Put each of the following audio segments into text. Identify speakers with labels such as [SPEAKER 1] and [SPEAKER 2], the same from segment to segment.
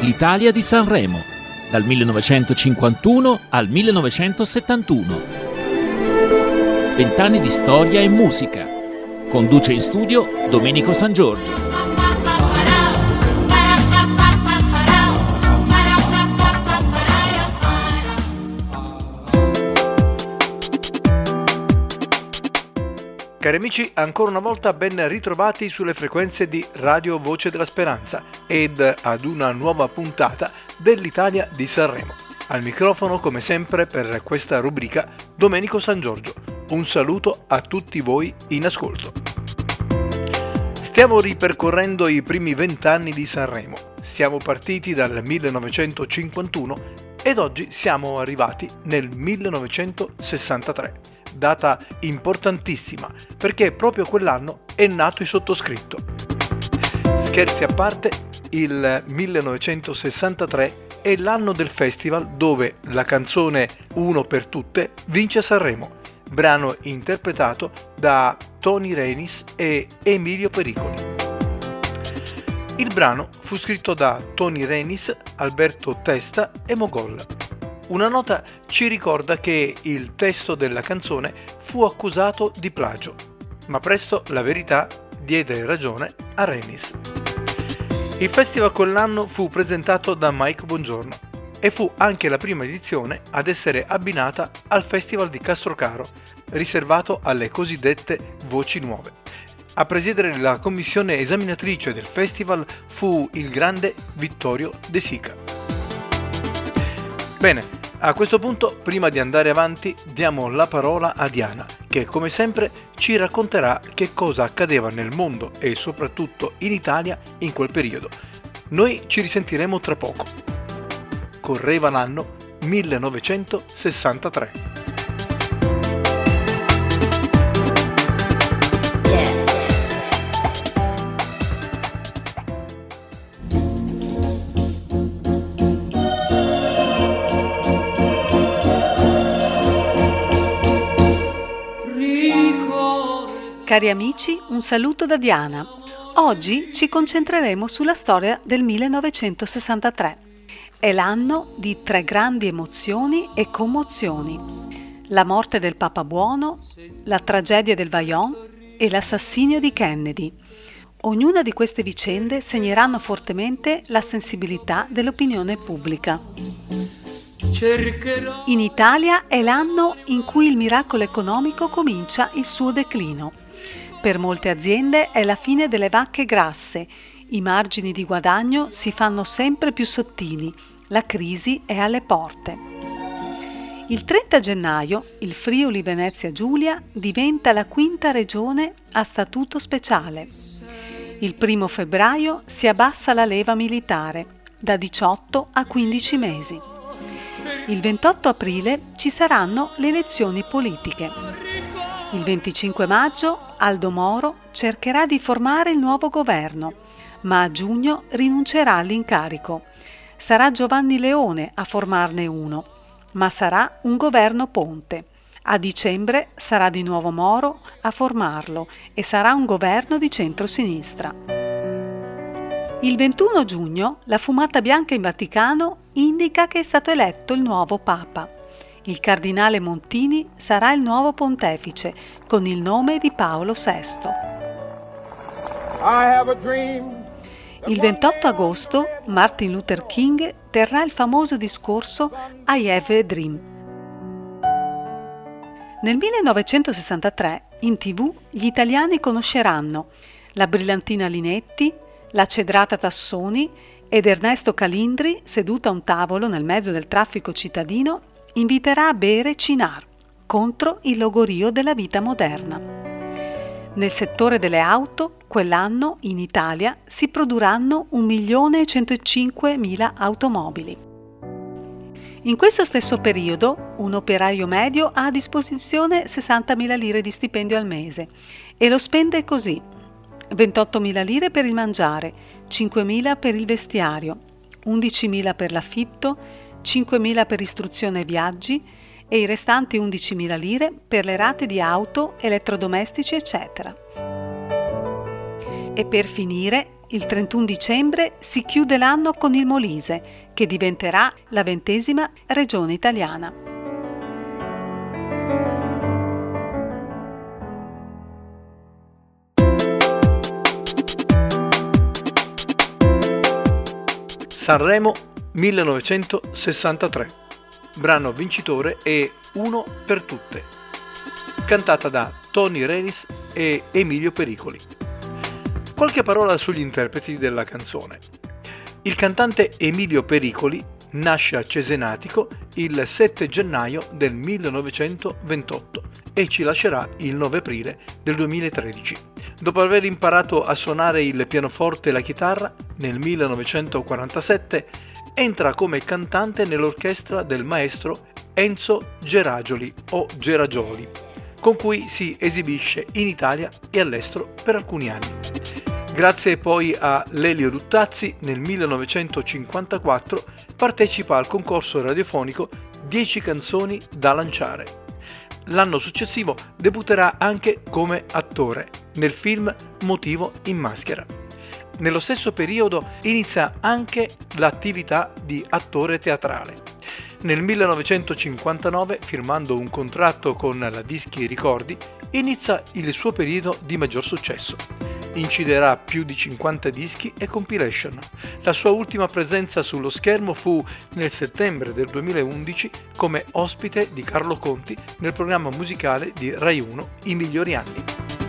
[SPEAKER 1] L'Italia di Sanremo, dal 1951 al 1971. 20 anni di storia e musica. Conduce in studio Domenico San Giorgio.
[SPEAKER 2] Cari amici, ancora una volta ben ritrovati sulle frequenze di Radio Voce della Speranza ed ad una nuova puntata dell'Italia di Sanremo. Al microfono, come sempre, per questa rubrica, Domenico San Giorgio. Un saluto a tutti voi in ascolto. Stiamo ripercorrendo i primi 20 anni di Sanremo. Siamo partiti dal 1951 ed oggi siamo arrivati nel 1963. Data importantissima perché proprio quell'anno è nato il sottoscritto. Scherzi a parte, il 1963 è l'anno del festival dove la canzone Uno per tutte vince Sanremo, brano interpretato da Tony Renis e Emilio Pericoli. Il brano fu scritto da Tony Renis, Alberto Testa e Mogol. Una nota ci ricorda che il testo della canzone fu accusato di plagio, ma presto la verità diede ragione a Renis. Il festival quell'anno fu presentato da Mike Bongiorno e fu anche la prima edizione ad essere abbinata al Festival di Castrocaro, riservato alle cosiddette voci nuove. A presiedere la commissione esaminatrice del festival fu il grande Vittorio De Sica. Bene, a questo punto, prima di andare avanti, diamo la parola a Diana, che come sempre ci racconterà che cosa accadeva nel mondo e soprattutto in Italia in quel periodo. Noi ci risentiremo tra poco. Correva l'anno 1963.
[SPEAKER 3] Cari amici, un saluto da Diana. Oggi ci concentreremo sulla storia del 1963. È l'anno di tre grandi emozioni e commozioni: la morte del Papa Buono, la tragedia del Vajont e l'assassinio di Kennedy. Ognuna di queste vicende segneranno fortemente la sensibilità dell'opinione pubblica. In Italia è l'anno in cui il miracolo economico comincia il suo declino. Per molte aziende è la fine delle vacche grasse, i margini di guadagno si fanno sempre più sottili, la crisi è alle porte. Il 30 gennaio il Friuli Venezia Giulia diventa la quinta regione a statuto speciale. Il 1 febbraio si abbassa la leva militare, da 18 a 15 mesi. Il 28 aprile ci saranno le elezioni politiche. Il 25 maggio Aldo Moro cercherà di formare il nuovo governo, ma a giugno rinuncerà all'incarico. Sarà Giovanni Leone a formarne uno, ma sarà un governo ponte. A dicembre sarà di nuovo Moro a formarlo e sarà un governo di centrosinistra. Il 21 giugno la fumata bianca in Vaticano indica che è stato eletto il nuovo Papa. Il cardinale Montini sarà il nuovo pontefice con il nome di Paolo VI. Il 28 agosto Martin Luther King terrà il famoso discorso I Have a Dream. Nel 1963 in TV gli italiani conosceranno la brillantina Linetti, la cedrata Tassoni ed Ernesto Calindri, seduto a un tavolo nel mezzo del traffico cittadino, inviterà a bere Cynar contro il logorio della vita moderna. Nel settore delle auto, quell'anno in Italia si produrranno 1.105.000 automobili. In questo stesso periodo, un operaio medio ha a disposizione 60.000 lire di stipendio al mese e lo spende così: 28.000 lire per il mangiare, 5.000 per il vestiario, 11.000 per l'affitto, 5.000 per istruzione e viaggi e i restanti 11.000 lire per le rate di auto, elettrodomestici, eccetera. E per finire il 31 dicembre si chiude l'anno con il Molise, che diventerà la 20ª regione italiana.
[SPEAKER 2] Sanremo 1963. Brano vincitore è Uno per tutte, cantata da Tony Renis e Emilio Pericoli. Qualche parola sugli interpreti della canzone. Il cantante Emilio Pericoli nasce a Cesenatico il 7 gennaio del 1928 e ci lascerà il 9 aprile del 2013. Dopo aver imparato a suonare il pianoforte e la chitarra, nel 1947 entra come cantante nell'orchestra del maestro Enzo Geragioli o Geragioli, con cui si esibisce in Italia e all'estero per alcuni anni. Grazie poi a Lelio Luttazzi, nel 1954 partecipa al concorso radiofonico 10 canzoni da lanciare. L'anno successivo debutterà anche come attore nel film Motivo in maschera. Nello stesso periodo inizia anche l'attività di attore teatrale. Nel 1959, firmando un contratto con la Dischi Ricordi, inizia il suo periodo di maggior successo. Inciderà più di 50 dischi e compilation. La sua ultima presenza sullo schermo fu nel settembre del 2011 come ospite di Carlo Conti nel programma musicale di Rai 1 I migliori anni.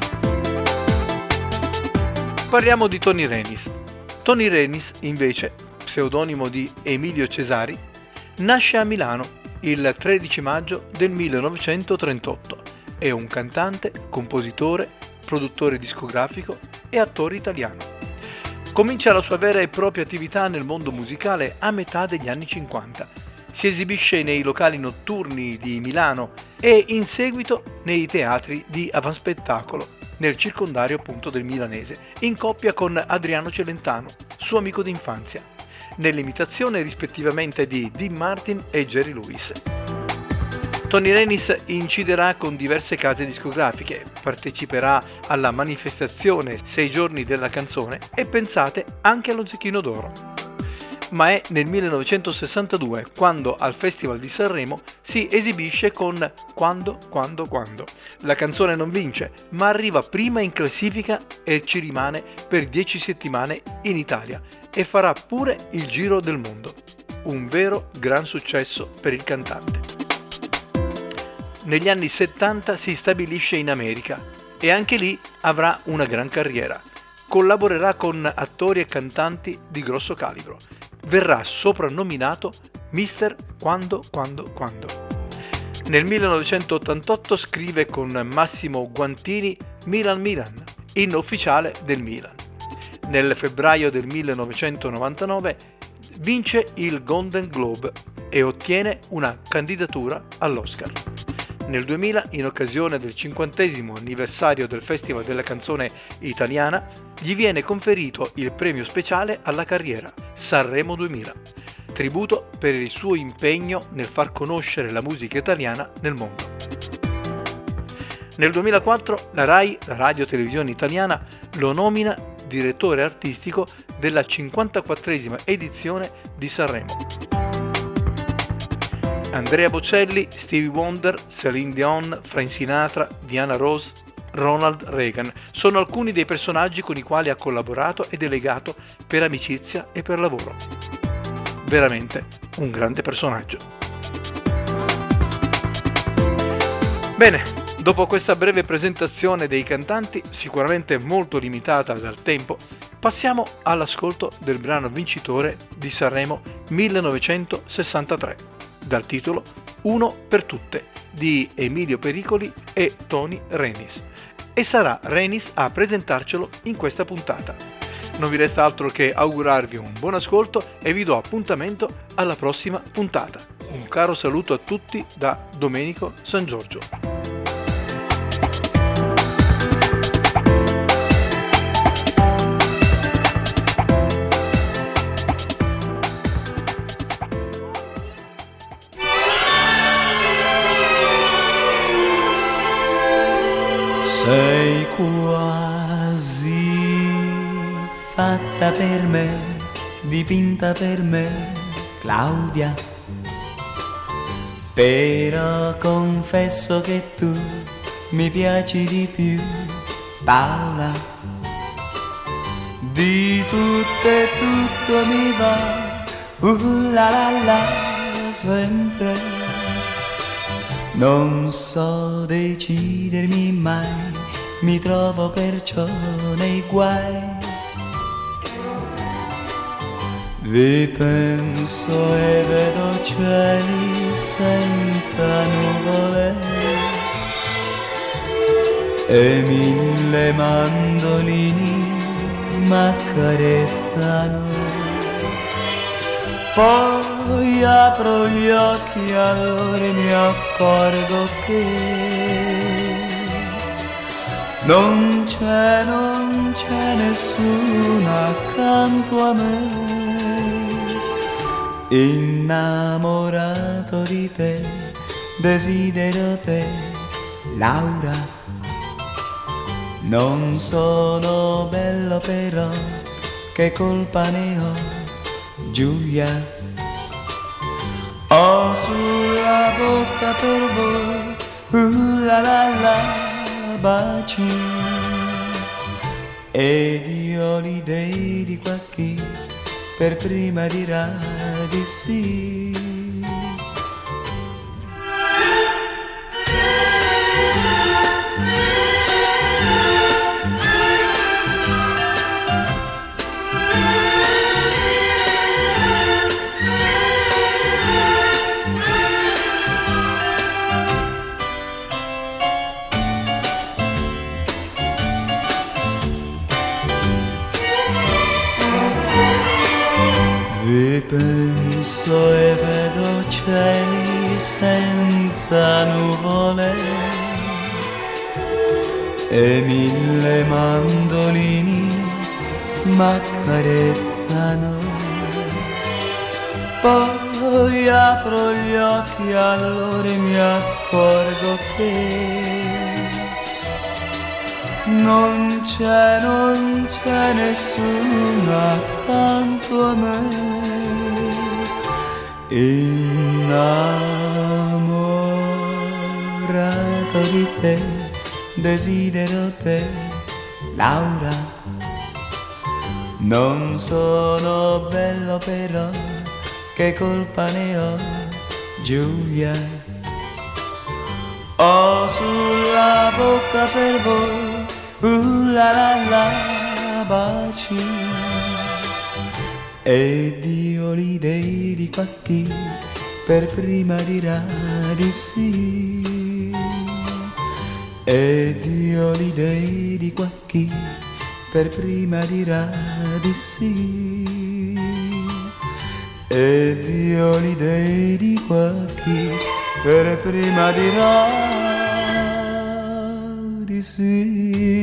[SPEAKER 2] Parliamo di Tony Renis. Tony Renis, invece, pseudonimo di Emilio Cesari, nasce a Milano il 13 maggio del 1938. È un cantante, compositore, produttore discografico e attore italiano. Comincia la sua vera e propria attività nel mondo musicale a metà degli anni 50. Si esibisce nei locali notturni di Milano e in seguito nei teatri di avanspettacolo, nel circondario appunto del milanese, in coppia con Adriano Celentano, suo amico d'infanzia, nell'imitazione rispettivamente di Dean Martin e Jerry Lewis. Tony Renis inciderà con diverse case discografiche, parteciperà alla manifestazione 6 giorni della canzone e pensate anche allo Zecchino d'Oro. Ma è nel 1962 quando al Festival di Sanremo si esibisce con Quando. La canzone non vince, ma arriva prima in classifica e ci rimane per 10 settimane in Italia e farà pure il giro del mondo. Un vero gran successo per il cantante. Negli anni 70 si stabilisce in America e anche lì avrà una gran carriera. Collaborerà con attori e cantanti di grosso calibro. Verrà soprannominato Mr. Quando. Nel 1988 scrive con Massimo Guantini Milan, inno ufficiale del Milan. Nel febbraio del 1999 vince il Golden Globe e ottiene una candidatura all'Oscar. Nel 2000, in occasione del 50° anniversario del Festival della Canzone Italiana, gli viene conferito il premio speciale alla carriera, Sanremo 2000, tributo per il suo impegno nel far conoscere la musica italiana nel mondo. Nel 2004 la RAI, la Radio Televisione Italiana, lo nomina direttore artistico della 54esima edizione di Sanremo. Andrea Bocelli, Stevie Wonder, Celine Dion, Frank Sinatra, Diana Ross, Ronald Reagan sono alcuni dei personaggi con i quali ha collaborato e delegato per amicizia e per lavoro. Veramente un grande personaggio. Bene, dopo questa breve presentazione dei cantanti, sicuramente molto limitata dal tempo, passiamo all'ascolto del brano vincitore di Sanremo 1963. Dal titolo Uno per tutte di Emilio Pericoli e Tony Renis, e sarà Renis a presentarcelo in questa puntata. Non vi resta altro che augurarvi un buon ascolto e vi do appuntamento alla prossima puntata. Un caro saluto a tutti da Domenico San Giorgio.
[SPEAKER 4] Sei quasi fatta per me, dipinta per me, Claudia. Però confesso che tu mi piaci di più, Paola. Di tutto e tutto mi va, la la la, sempre. Non so decidermi mai, mi trovo perciò nei guai. Vi penso e vedo cieli senza nuvole e 1000 mandolini m'accarezzano. Poi apro gli occhi e allora mi accorgo che non c'è nessuno accanto a me. Innamorato di te, desidero te, Laura. Non sono bello però, che colpa ne ho, Giulia. Ho sulla bocca per voi, la la la, baci. Ed io l'idea di qua chi per prima dirà di sì. Penso e vedo cieli senza nuvole e 1000 mandolini m'accarezzano. Poi apro gli occhi e allora mi accorgo che non c'è nessuno accanto a me. Innamorato di te, desidero te, Laura. Non sono bello però, che colpa ne ho, Giulia. Ho sulla bocca per voi, la la la, baci. Ed io l'idea di qua chi per prima dirà di sì. Ed io l'idea di qua chi per prima dirà di sì. Ed io l'idea di qua chi per prima dirà di sì.